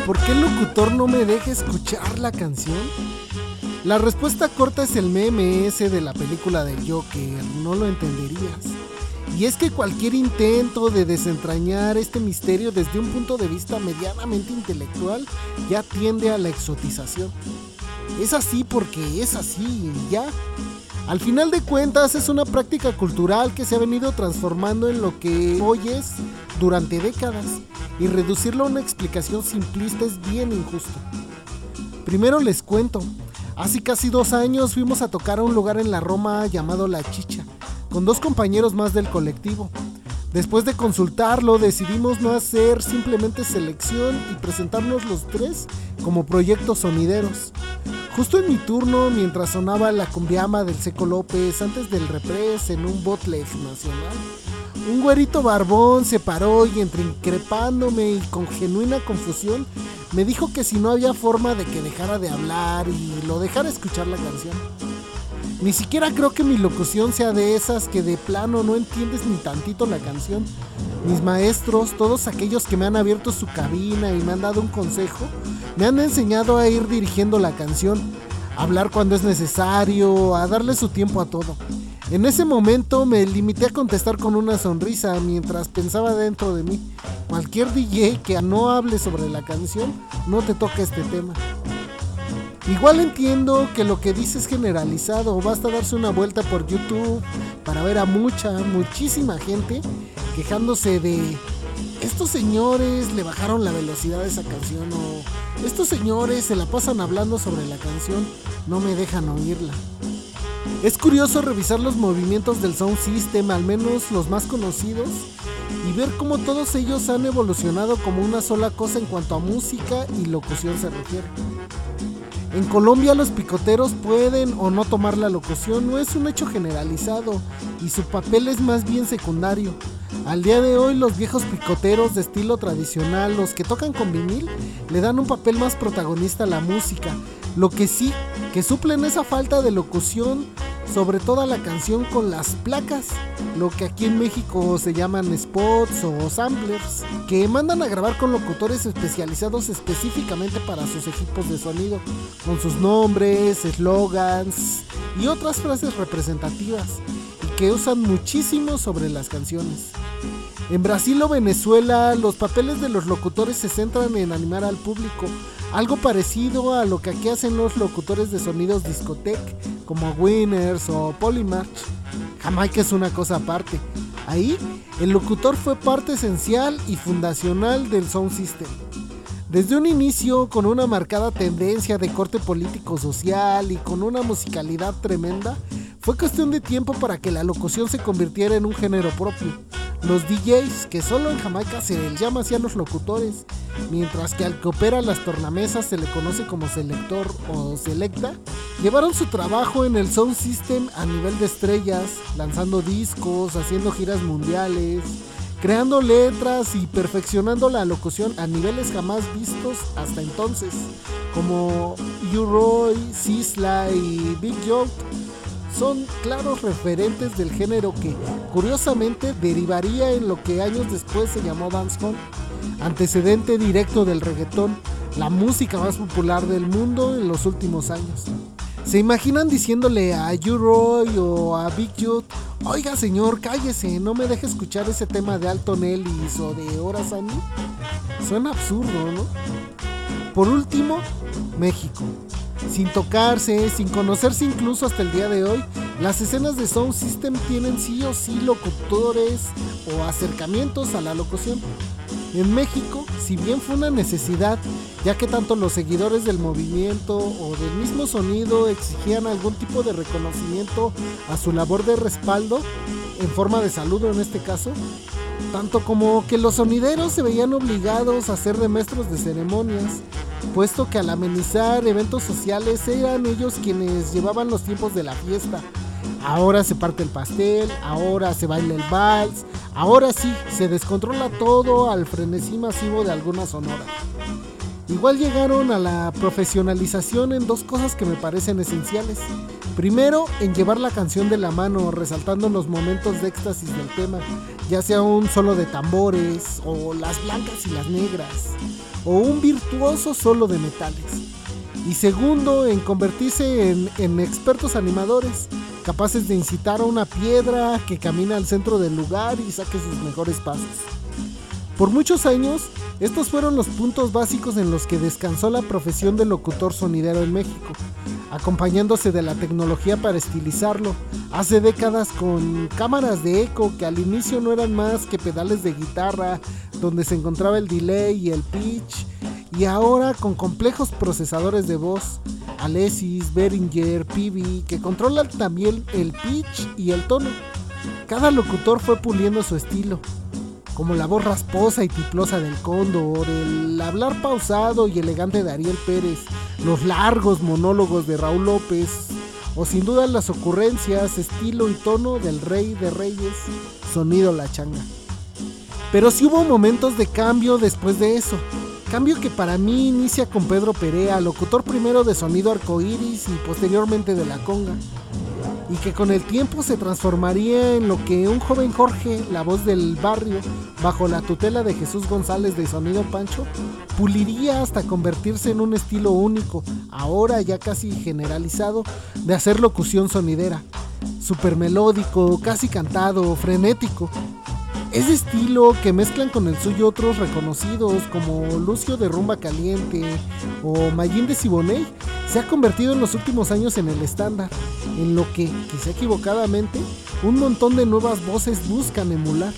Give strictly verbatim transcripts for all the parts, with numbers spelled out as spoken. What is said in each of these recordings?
¿por qué el locutor no me deja escuchar la canción? La respuesta corta es el meme ese de la película de Joker, no lo entenderías. Y es que cualquier intento de desentrañar este misterio desde un punto de vista medianamente intelectual ya tiende a la exotización. Es así porque es así y ya. Al final de cuentas es una práctica cultural que se ha venido transformando en lo que hoy es durante décadas, y reducirlo a una explicación simplista es bien injusto. Primero les cuento, hace casi dos años fuimos a tocar a un lugar en la Roma llamado La Chicha, con dos compañeros más del colectivo. Después de consultarlo, decidimos no hacer simplemente selección y presentarnos los tres como proyectos sonideros. Justo en mi turno, mientras sonaba la cumbiamba del Seco López antes del repres en un bootleg nacional, un güerito barbón se paró y, entre increpándome y con genuina confusión, me dijo que si no había forma de que dejara de hablar y lo dejara escuchar la canción. Ni siquiera creo que mi locución sea de esas que de plano no entiendes ni tantito la canción. Mis maestros, todos aquellos que me han abierto su cabina y me han dado un consejo, me han enseñado a ir dirigiendo la canción, a hablar cuando es necesario, a darle su tiempo a todo. En ese momento me limité a contestar con una sonrisa mientras pensaba dentro de mí: cualquier D J que no hable sobre la canción no te toca este tema. Igual entiendo que lo que dice es generalizado, basta darse una vuelta por YouTube para ver a mucha, muchísima gente quejándose de: estos señores le bajaron la velocidad a esa canción, o estos señores se la pasan hablando sobre la canción, no me dejan oírla. Es curioso revisar los movimientos del Sound System, al menos los más conocidos, y ver cómo todos ellos han evolucionado como una sola cosa en cuanto a música y locución se refiere. En Colombia los picoteros pueden o no tomar la locución, no es un hecho generalizado y su papel es más bien secundario. Al día de hoy los viejos picoteros de estilo tradicional, los que tocan con vinil, le dan un papel más protagonista a la música, lo que sí, que suplen esa falta de locución sobre toda la canción con las placas, lo que aquí en México se llaman spots o samplers, que mandan a grabar con locutores especializados específicamente para sus equipos de sonido, con sus nombres, eslogans y otras frases representativas, y que usan muchísimo sobre las canciones. En Brasil o Venezuela, los papeles de los locutores se centran en animar al público, algo parecido a lo que aquí hacen los locutores de sonidos discotec, como Winners o Polymarch. Jamaica es una cosa aparte. Ahí, el locutor fue parte esencial y fundacional del Sound System. Desde un inicio, con una marcada tendencia de corte político-social y con una musicalidad tremenda, fue cuestión de tiempo para que la locución se convirtiera en un género propio. Los D Js, que solo en Jamaica se les llama así a los locutores, mientras que al que opera las tornamesas se le conoce como selector o selecta, llevaron su trabajo en el Sound System a nivel de estrellas, lanzando discos, haciendo giras mundiales, creando letras y perfeccionando la locución a niveles jamás vistos hasta entonces, como U-Roy, Sisla y Big Joe. Son claros referentes del género que, curiosamente, derivaría en lo que años después se llamó dancehall, antecedente directo del reggaetón, la música más popular del mundo en los últimos años. ¿Se imaginan diciéndole a U-Roy o a Big Joe: oiga señor, cállese, no me deje escuchar ese tema de Alton Ellis o de Orasani? Suena absurdo, ¿no? Por último, México. Sin tocarse, sin conocerse incluso hasta el día de hoy, las escenas de Sound System tienen sí o sí locutores o acercamientos a la locución. En México, si bien fue una necesidad, ya que tanto los seguidores del movimiento o del mismo sonido exigían algún tipo de reconocimiento a su labor de respaldo, en forma de saludo en este caso, tanto como que los sonideros se veían obligados a ser de maestros de ceremonias, puesto que al amenizar eventos sociales eran ellos quienes llevaban los tiempos de la fiesta. Ahora se parte el pastel, ahora se baila el vals, ahora sí, se descontrola todo al frenesí masivo de alguna sonora. Igual llegaron a la profesionalización en dos cosas que me parecen esenciales: Primero, en llevar la canción de la mano, resaltando los momentos de éxtasis del tema, ya sea un solo de tambores, o las blancas y las negras, o un virtuoso solo de metales. Y segundo, en convertirse en, en expertos animadores, capaces de incitar a una piedra que camina al centro del lugar y saque sus mejores pasos. Por muchos años, estos fueron los puntos básicos en los que descansó la profesión de locutor sonidero en México, acompañándose de la tecnología para estilizarlo, hace décadas con cámaras de eco que al inicio no eran más que pedales de guitarra, donde se encontraba el delay y el pitch, y ahora con complejos procesadores de voz, Alesis, Behringer, P B, que controlan también el pitch y el tono. Cada locutor fue puliendo su estilo, como la voz rasposa y tiplosa del Cóndor, el hablar pausado y elegante de Ariel Pérez, los largos monólogos de Raúl López, o sin duda las ocurrencias, estilo y tono del Rey de Reyes, Sonido La Changa. Pero sí hubo momentos de cambio después de eso, cambio que para mí inicia con Pedro Perea, locutor primero de Sonido Arcoíris y posteriormente de La Conga, y que con el tiempo se transformaría en lo que un joven Jorge, la voz del barrio, bajo la tutela de Jesús González de Sonido Pancho, puliría hasta convertirse en un estilo único, ahora ya casi generalizado, de hacer locución sonidera, súper melódico, casi cantado, frenético. Ese estilo que mezclan con el suyo otros reconocidos como Lucio de Rumba Caliente o Mayín de Siboney, se ha convertido en los últimos años en el estándar, en lo que, quizá equivocadamente, un montón de nuevas voces buscan emular.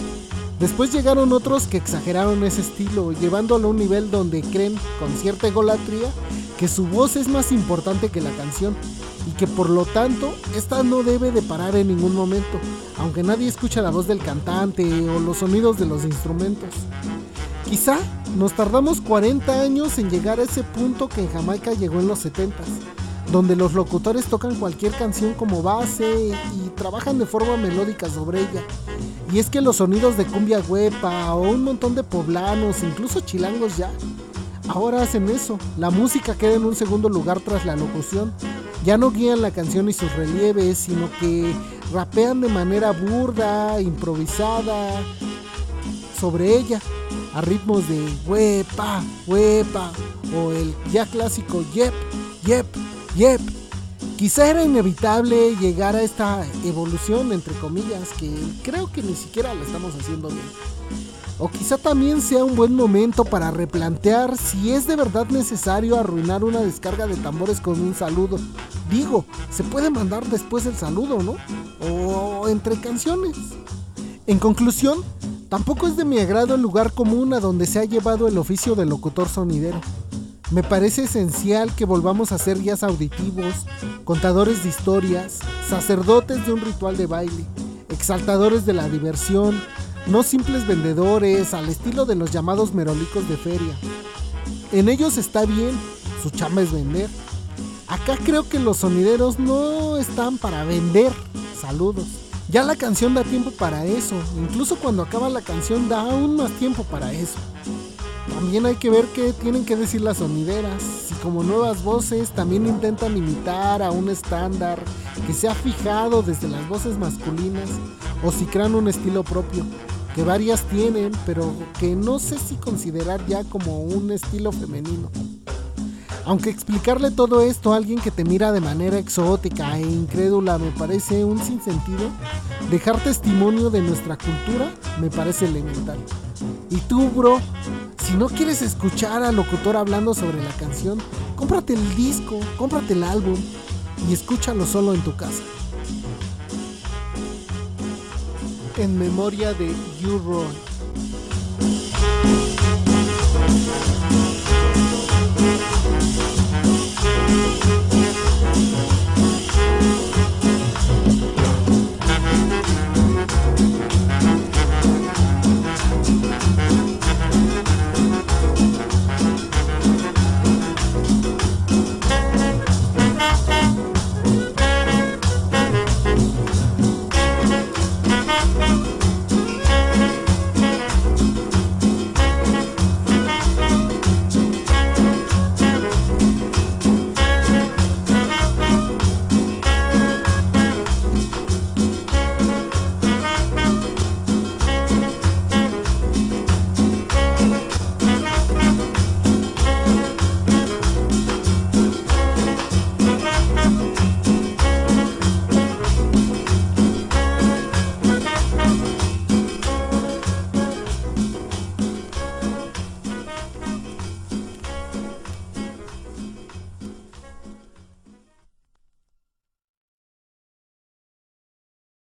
Después llegaron otros que exageraron ese estilo, llevándolo a un nivel donde creen, con cierta egolatría, que su voz es más importante que la canción, y que por lo tanto, esta no debe de parar en ningún momento, aunque nadie escucha la voz del cantante o los sonidos de los instrumentos. Quizá nos tardamos cuarenta años en llegar a ese punto que en Jamaica llegó en los setentas, donde los locutores tocan cualquier canción como base y trabajan de forma melódica sobre ella. Y es que los sonidos de cumbia huepa o un montón de poblanos, incluso chilangos ya, ahora hacen eso. La música queda en un segundo lugar tras la locución. Ya no guían la canción y sus relieves, sino que rapean de manera burda, improvisada sobre ella, a ritmos de huepa, huepa, o el ya clásico yep, yep, yep. Quizá era inevitable llegar a esta evolución, entre comillas, que creo que ni siquiera la estamos haciendo bien. O quizá también sea un buen momento para replantear si es de verdad necesario arruinar una descarga de tambores con un saludo. Digo, se puede mandar después el saludo, ¿no? O entre canciones. En conclusión, tampoco es de mi agrado el lugar común a donde se ha llevado el oficio de locutor sonidero. Me parece esencial que volvamos a ser guías auditivos, contadores de historias, sacerdotes de un ritual de baile, exaltadores de la diversión, no simples vendedores al estilo de los llamados merolicos de feria. En ellos está bien, su chamba es vender. Acá creo que los sonideros no están para vender saludos. Ya la canción da tiempo para eso, incluso cuando acaba la canción da aún más tiempo para eso. También hay que ver qué tienen que decir las sonideras, si como nuevas voces también intentan imitar a un estándar que se ha fijado desde las voces masculinas, o si crean un estilo propio, que varias tienen, pero que no sé si considerar ya como un estilo femenino. Aunque explicarle todo esto a alguien que te mira de manera exótica e incrédula me parece un sinsentido, dejar testimonio de nuestra cultura me parece elemental. Y tú, bro, si no quieres escuchar al locutor hablando sobre la canción, cómprate el disco, cómprate el álbum y escúchalo solo en tu casa. En memoria de You Roy.